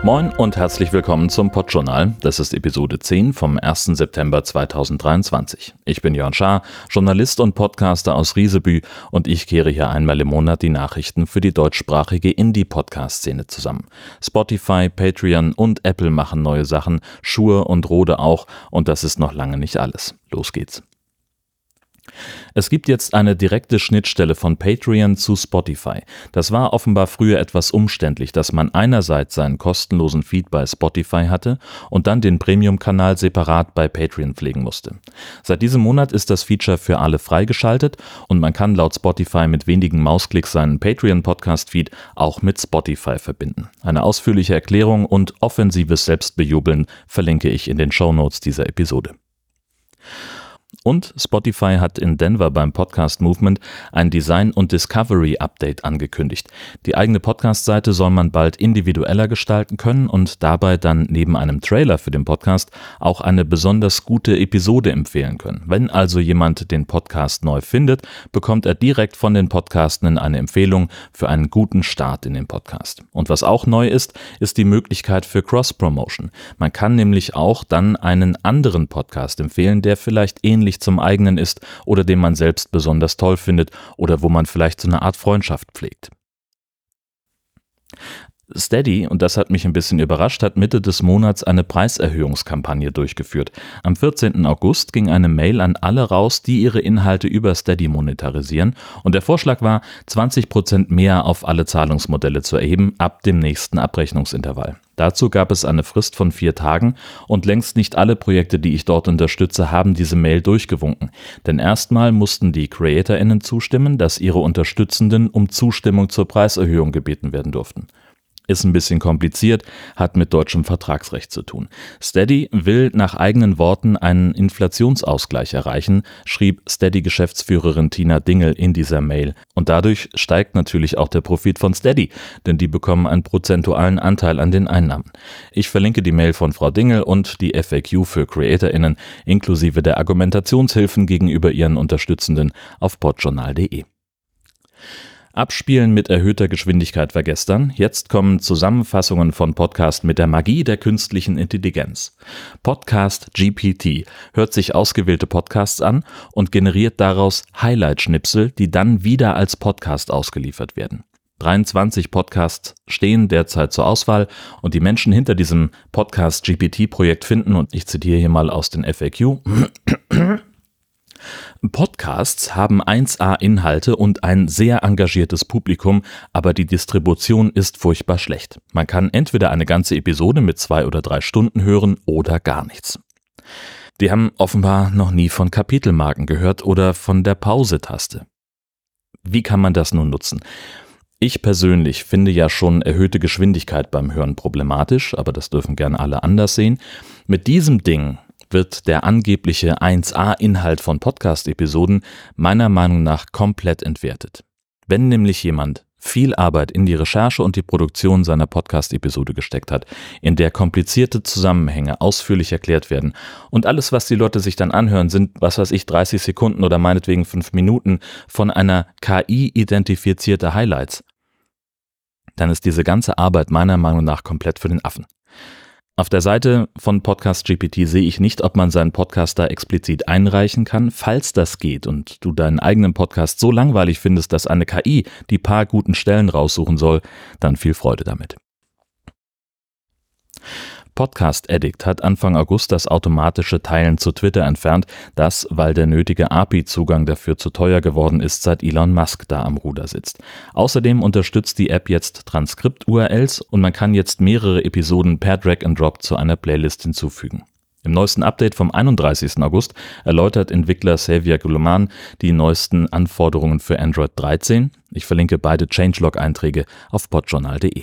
Moin und herzlich willkommen zum Podjournal. Das ist Episode 10 vom 1. September 2023. Ich bin Jörn Schaar, Journalist und Podcaster aus Riesebü und ich kehre hier einmal im Monat die Nachrichten für die deutschsprachige Indie-Podcast-Szene zusammen. Spotify, Patreon und Apple machen neue Sachen, Shure und Rode auch und das ist noch lange nicht alles. Los geht's. Es gibt jetzt eine direkte Schnittstelle von Patreon zu Spotify. Das war offenbar früher etwas umständlich, dass man einerseits seinen kostenlosen Feed bei Spotify hatte und dann den Premium-Kanal separat bei Patreon pflegen musste. Seit diesem Monat ist das Feature für alle freigeschaltet und man kann laut Spotify mit wenigen Mausklicks seinen Patreon-Podcast-Feed auch mit Spotify verbinden. Eine ausführliche Erklärung und offensives Selbstbejubeln verlinke ich in den Shownotes dieser Episode. Und Spotify hat in Denver beim Podcast Movement ein Design- und Discovery-Update angekündigt. Die eigene Podcast-Seite soll man bald individueller gestalten können und dabei dann neben einem Trailer für den Podcast auch eine besonders gute Episode empfehlen können. Wenn also jemand den Podcast neu findet, bekommt er direkt von den Podcastenden eine Empfehlung für einen guten Start in den Podcast. Und was auch neu ist, ist die Möglichkeit für Cross-Promotion. Man kann nämlich auch dann einen anderen Podcast empfehlen, der vielleicht ähnlich zum eigenen ist oder den man selbst besonders toll findet oder wo man vielleicht so eine Art Freundschaft pflegt. Steady, und das hat mich ein bisschen überrascht, hat Mitte des Monats eine Preiserhöhungskampagne durchgeführt. Am 14. August ging eine Mail an alle raus, die ihre Inhalte über Steady monetarisieren und der Vorschlag war, 20% mehr auf alle Zahlungsmodelle zu erheben ab dem nächsten Abrechnungsintervall. Dazu gab es eine Frist von 4 Tagen und längst nicht alle Projekte, die ich dort unterstütze, haben diese Mail durchgewunken. Denn erstmal mussten die CreatorInnen zustimmen, dass ihre Unterstützenden um Zustimmung zur Preiserhöhung gebeten werden durften. Ist ein bisschen kompliziert, hat mit deutschem Vertragsrecht zu tun. Steady will nach eigenen Worten einen Inflationsausgleich erreichen, schrieb Steady-Geschäftsführerin Tina Dingel in dieser Mail. Und dadurch steigt natürlich auch der Profit von Steady, denn die bekommen einen prozentualen Anteil an den Einnahmen. Ich verlinke die Mail von Frau Dingel und die FAQ für CreatorInnen inklusive der Argumentationshilfen gegenüber ihren Unterstützenden auf podjournal.de. Abspielen mit erhöhter Geschwindigkeit war gestern. Jetzt kommen Zusammenfassungen von Podcast mit der Magie der künstlichen Intelligenz. Podcast GPT hört sich ausgewählte Podcasts an und generiert daraus Highlight-Schnipsel, die dann wieder als Podcast ausgeliefert werden. 23 Podcasts stehen derzeit zur Auswahl und die Menschen hinter diesem Podcast-GPT-Projekt finden, und ich zitiere hier mal aus den FAQ, Podcasts haben 1A-Inhalte und ein sehr engagiertes Publikum, aber die Distribution ist furchtbar schlecht. Man kann entweder eine ganze Episode mit 2 oder 3 Stunden hören oder gar nichts. Die haben offenbar noch nie von Kapitelmarken gehört oder von der Pause-Taste. Wie kann man das nun nutzen? Ich persönlich finde ja schon erhöhte Geschwindigkeit beim Hören problematisch, aber das dürfen gerne alle anders sehen. Mit diesem Ding wird der angebliche 1A-Inhalt von Podcast-Episoden meiner Meinung nach komplett entwertet. Wenn nämlich jemand viel Arbeit in die Recherche und die Produktion seiner Podcast-Episode gesteckt hat, in der komplizierte Zusammenhänge ausführlich erklärt werden und alles, was die Leute sich dann anhören, sind, 30 Sekunden oder meinetwegen 5 Minuten von einer KI identifizierte Highlights, dann ist diese ganze Arbeit meiner Meinung nach komplett für den Affen. Auf der Seite von Podcast GPT sehe ich nicht, ob man seinen Podcast da explizit einreichen kann. Falls das geht und du deinen eigenen Podcast so langweilig findest, dass eine KI die paar guten Stellen raussuchen soll, dann viel Freude damit. Podcast Addict hat Anfang August das automatische Teilen zu Twitter entfernt, das, weil der nötige API-Zugang dafür zu teuer geworden ist, seit Elon Musk da am Ruder sitzt. Außerdem unterstützt die App jetzt Transkript-URLs und man kann jetzt mehrere Episoden per Drag and Drop zu einer Playlist hinzufügen. Im neuesten Update vom 31. August erläutert Entwickler Xavier Guillemard die neuesten Anforderungen für Android 13. Ich verlinke beide Changelog-Einträge auf podjournal.de.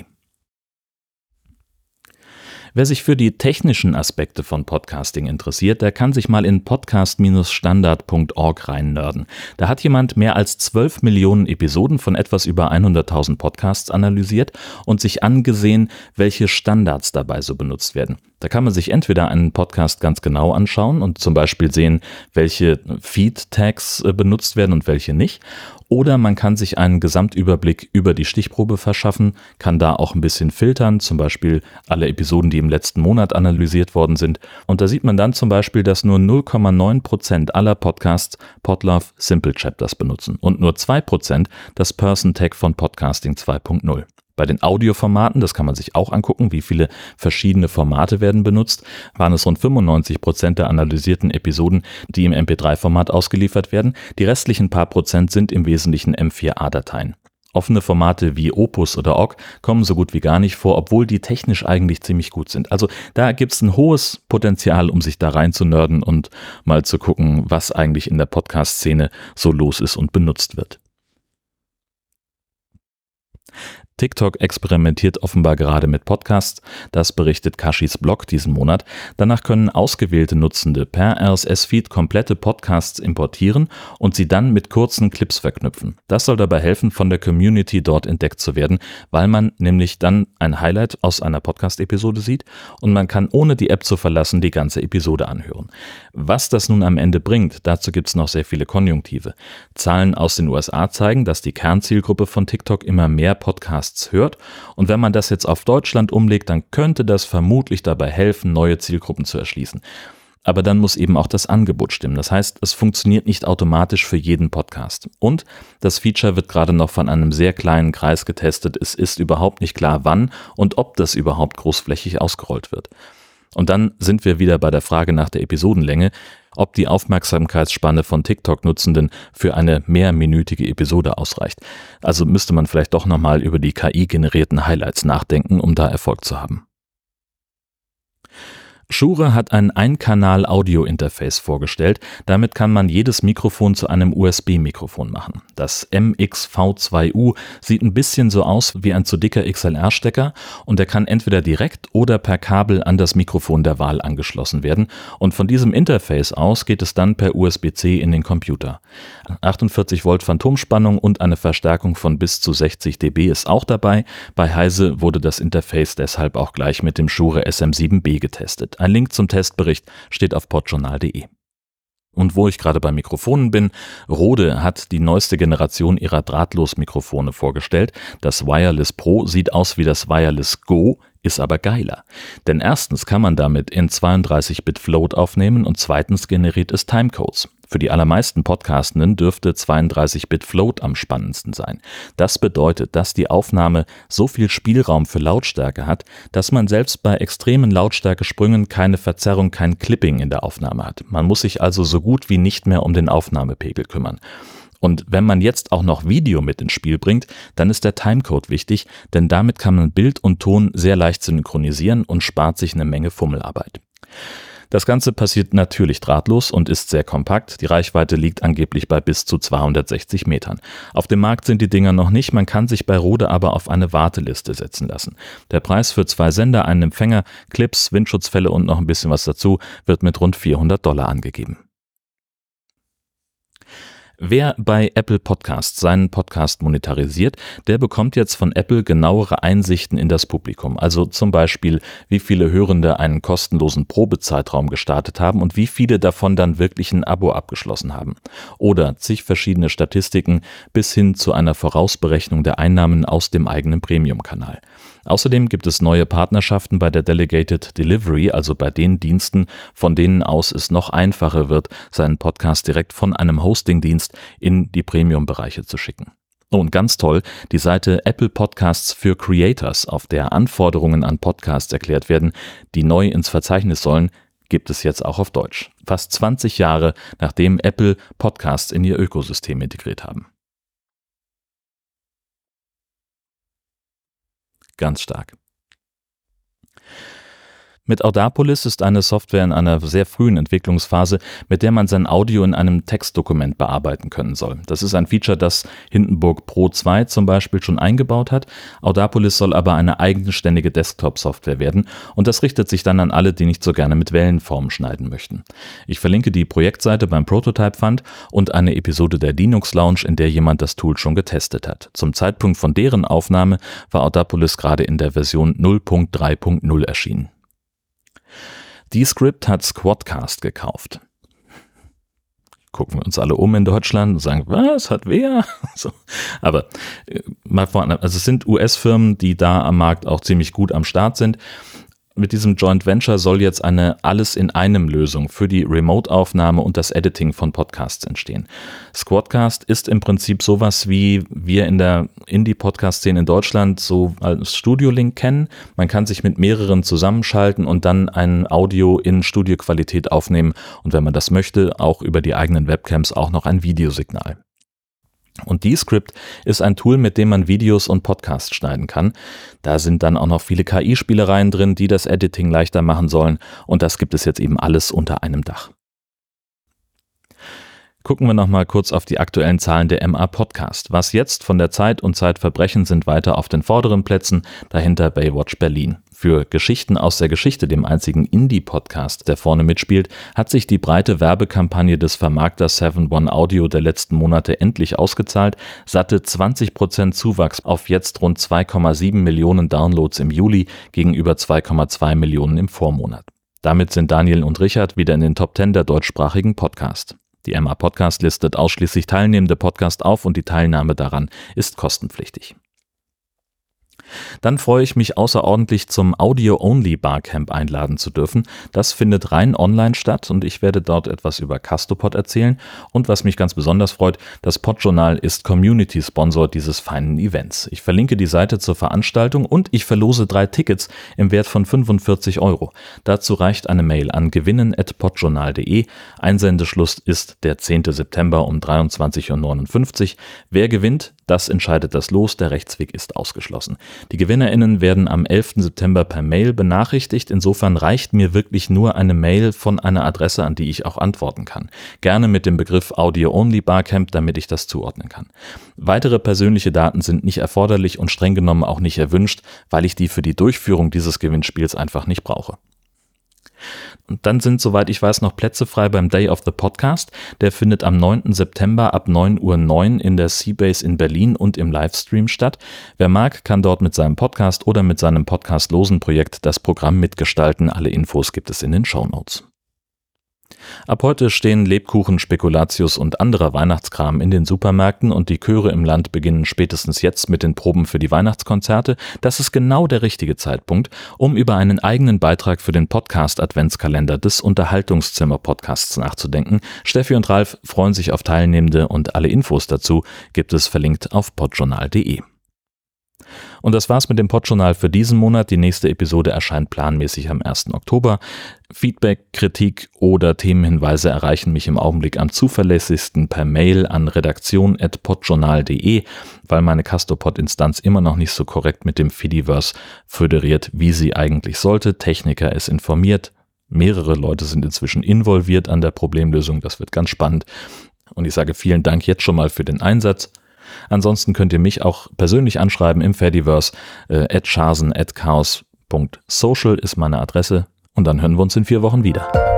Wer sich für die technischen Aspekte von Podcasting interessiert, der kann sich mal in podcast-standard.org reinnörden. Da hat jemand mehr als 12 Millionen Episoden von etwas über 100.000 Podcasts analysiert und sich angesehen, welche Standards dabei so benutzt werden. Da kann man sich entweder einen Podcast ganz genau anschauen und zum Beispiel sehen, welche Feed-Tags benutzt werden und welche nicht. Oder man kann sich einen Gesamtüberblick über die Stichprobe verschaffen, kann da auch ein bisschen filtern, zum Beispiel alle Episoden, die im letzten Monat analysiert worden sind. Und da sieht man dann zum Beispiel, dass nur 0,9% aller Podcasts Podlove Simple Chapters benutzen und nur 2% das Person Tag von Podcasting 2.0. Bei den Audioformaten, das kann man sich auch angucken, wie viele verschiedene Formate werden benutzt, waren es rund 95% der analysierten Episoden, die im MP3-Format ausgeliefert werden. Die restlichen paar Prozent sind im Wesentlichen M4A-Dateien. Offene Formate wie Opus oder OGG kommen so gut wie gar nicht vor, obwohl die technisch eigentlich ziemlich gut sind. Also da gibt es ein hohes Potenzial, um sich da rein zu nerden und mal zu gucken, was eigentlich in der Podcast-Szene so los ist und benutzt wird. TikTok experimentiert offenbar gerade mit Podcasts, das berichtet Kashis Blog diesen Monat. Danach können ausgewählte Nutzende per RSS-Feed komplette Podcasts importieren und sie dann mit kurzen Clips verknüpfen. Das soll dabei helfen, von der Community dort entdeckt zu werden, weil man nämlich dann ein Highlight aus einer Podcast-Episode sieht und man kann ohne die App zu verlassen die ganze Episode anhören. Was das nun am Ende bringt, dazu gibt es noch sehr viele Konjunktive. Zahlen aus den USA zeigen, dass die Kernzielgruppe von TikTok immer mehr Podcasts hört und wenn man das jetzt auf Deutschland umlegt, dann könnte das vermutlich dabei helfen, neue Zielgruppen zu erschließen. Aber dann muss eben auch das Angebot stimmen. Das heißt, es funktioniert nicht automatisch für jeden Podcast. Und das Feature wird gerade noch von einem sehr kleinen Kreis getestet. Es ist überhaupt nicht klar, wann und ob das überhaupt großflächig ausgerollt wird. Und dann sind wir wieder bei der Frage nach der Episodenlänge, ob die Aufmerksamkeitsspanne von TikTok-Nutzenden für eine mehrminütige Episode ausreicht. Also müsste man vielleicht doch nochmal über die KI-generierten Highlights nachdenken, um da Erfolg zu haben. Shure hat ein Ein-Kanal-Audio-Interface vorgestellt. Damit kann man jedes Mikrofon zu einem USB-Mikrofon machen. Das MX-V2U sieht ein bisschen so aus wie ein zu dicker XLR-Stecker und der kann entweder direkt oder per Kabel an das Mikrofon der Wahl angeschlossen werden. Und von diesem Interface aus geht es dann per USB-C in den Computer. 48 Volt Phantomspannung und eine Verstärkung von bis zu 60 dB ist auch dabei. Bei Heise wurde das Interface deshalb auch gleich mit dem Shure SM7B getestet. Ein Link zum Testbericht steht auf podjournal.de. Und wo ich gerade bei Mikrofonen bin, Rode hat die neueste Generation ihrer Drahtlos-Mikrofone vorgestellt. Das Wireless Pro sieht aus wie das Wireless Go, ist aber geiler. Denn erstens kann man damit in 32-Bit Float aufnehmen und zweitens generiert es Timecodes. Für die allermeisten Podcastenden dürfte 32-Bit Float am spannendsten sein. Das bedeutet, dass die Aufnahme so viel Spielraum für Lautstärke hat, dass man selbst bei extremen Lautstärkesprüngen keine Verzerrung, kein Clipping in der Aufnahme hat. Man muss sich also so gut wie nicht mehr um den Aufnahmepegel kümmern. Und wenn man jetzt auch noch Video mit ins Spiel bringt, dann ist der Timecode wichtig, denn damit kann man Bild und Ton sehr leicht synchronisieren und spart sich eine Menge Fummelarbeit. Das Ganze passiert natürlich drahtlos und ist sehr kompakt. Die Reichweite liegt angeblich bei bis zu 260 Metern. Auf dem Markt sind die Dinger noch nicht, man kann sich bei Rode aber auf eine Warteliste setzen lassen. Der Preis für 2 Sender, einen Empfänger, Clips, Windschutzfälle und noch ein bisschen was dazu wird mit rund $400 angegeben. Wer bei Apple Podcasts seinen Podcast monetarisiert, der bekommt jetzt von Apple genauere Einsichten in das Publikum. Also zum Beispiel, wie viele Hörende einen kostenlosen Probezeitraum gestartet haben und wie viele davon dann wirklich ein Abo abgeschlossen haben. Oder zig verschiedene Statistiken bis hin zu einer Vorausberechnung der Einnahmen aus dem eigenen Premium-Kanal. Außerdem gibt es neue Partnerschaften bei der Delegated Delivery, also bei den Diensten, von denen aus es noch einfacher wird, seinen Podcast direkt von einem Hostingdienst in die Premium-Bereiche zu schicken. Und ganz toll, die Seite Apple Podcasts für Creators, auf der Anforderungen an Podcasts erklärt werden, die neu ins Verzeichnis sollen, gibt es jetzt auch auf Deutsch. Fast 20 Jahre, nachdem Apple Podcasts in ihr Ökosystem integriert haben. Ganz stark. Mit Audapolis ist eine Software in einer sehr frühen Entwicklungsphase, mit der man sein Audio in einem Textdokument bearbeiten können soll. Das ist ein Feature, das Hindenburg Pro 2 zum Beispiel schon eingebaut hat. Audapolis soll aber eine eigenständige Desktop-Software werden und das richtet sich dann an alle, die nicht so gerne mit Wellenformen schneiden möchten. Ich verlinke die Projektseite beim Prototype Fund und eine Episode der Linux Lounge, in der jemand das Tool schon getestet hat. Zum Zeitpunkt von deren Aufnahme war Audapolis gerade in der Version 0.3.0 erschienen. Descript hat Squadcast gekauft. Gucken wir uns alle um in Deutschland und sagen, was, hat wer? So. Aber mal vorne, also es sind US-Firmen, die da am Markt auch ziemlich gut am Start sind. Mit diesem Joint Venture soll jetzt eine Alles-in-einem-Lösung für die Remote-Aufnahme und das Editing von Podcasts entstehen. Squadcast ist im Prinzip sowas, wie wir in der Indie-Podcast-Szene in Deutschland so als Studio-Link kennen. Man kann sich mit mehreren zusammenschalten und dann ein Audio in Studioqualität aufnehmen und wenn man das möchte, auch über die eigenen Webcams auch noch ein Videosignal. Und Descript ist ein Tool, mit dem man Videos und Podcasts schneiden kann. Da sind dann auch noch viele KI-Spielereien drin, die das Editing leichter machen sollen. Und das gibt es jetzt eben alles unter einem Dach. Gucken wir nochmal kurz auf die aktuellen Zahlen der MA Podcast. Was jetzt von der Zeit und Zeitverbrechen sind weiter auf den vorderen Plätzen, dahinter Baywatch Berlin. Für Geschichten aus der Geschichte, dem einzigen Indie-Podcast, der vorne mitspielt, hat sich die breite Werbekampagne des Vermarkters 7-One Audio der letzten Monate endlich ausgezahlt. Satte 20% Zuwachs auf jetzt rund 2,7 Millionen Downloads im Juli gegenüber 2,2 Millionen im Vormonat. Damit sind Daniel und Richard wieder in den Top 10 der deutschsprachigen Podcast. Die MA Podcast listet ausschließlich teilnehmende Podcasts auf und die Teilnahme daran ist kostenpflichtig. Dann freue ich mich außerordentlich, zum Audio-Only Barcamp einladen zu dürfen. Das findet rein online statt und ich werde dort etwas über Castopod erzählen. Und was mich ganz besonders freut, das Podjournal ist Community-Sponsor dieses feinen Events. Ich verlinke die Seite zur Veranstaltung und ich verlose 3 Tickets im Wert von 45 €. Dazu reicht eine Mail an gewinnen@podjournal.de. Einsendeschluss ist der 10. September um 23:59 Uhr. Wer gewinnt, das entscheidet das Los, der Rechtsweg ist ausgeschlossen. Die GewinnerInnen werden am 11. September per Mail benachrichtigt. Insofern reicht mir wirklich nur eine Mail von einer Adresse, an die ich auch antworten kann. Gerne mit dem Begriff Audio-Only Barcamp, damit ich das zuordnen kann. Weitere persönliche Daten sind nicht erforderlich und streng genommen auch nicht erwünscht, weil ich die für die Durchführung dieses Gewinnspiels einfach nicht brauche. Und dann sind, soweit ich weiß, noch Plätze frei beim Day of the Podcast. Der findet am 9. September ab 9:09 Uhr in der Seabase in Berlin und im Livestream statt. Wer mag, kann dort mit seinem Podcast oder mit seinem Podcast-Losen-Projekt das Programm mitgestalten. Alle Infos gibt es in den Shownotes. Ab heute stehen Lebkuchen, Spekulatius und anderer Weihnachtskram in den Supermärkten und die Chöre im Land beginnen spätestens jetzt mit den Proben für die Weihnachtskonzerte. Das ist genau der richtige Zeitpunkt, um über einen eigenen Beitrag für den Podcast-Adventskalender des Unterhaltungszimmer-Podcasts nachzudenken. Steffi und Ralf freuen sich auf Teilnehmende und alle Infos dazu gibt es verlinkt auf podjournal.de. Und das war's mit dem Podjournal für diesen Monat. Die nächste Episode erscheint planmäßig am 1. Oktober. Feedback, Kritik oder Themenhinweise erreichen mich im Augenblick am zuverlässigsten per Mail an redaktion@podjournal.de, weil meine Castopod-Instanz immer noch nicht so korrekt mit dem Fediverse föderiert, wie sie eigentlich sollte. Techniker ist informiert. Mehrere Leute sind inzwischen involviert an der Problemlösung. Das wird ganz spannend. Und ich sage vielen Dank jetzt schon mal für den Einsatz. Ansonsten könnt ihr mich auch persönlich anschreiben im Fediverse. @charsen@chaos.social ist meine Adresse. Und dann hören wir uns in 4 Wochen wieder.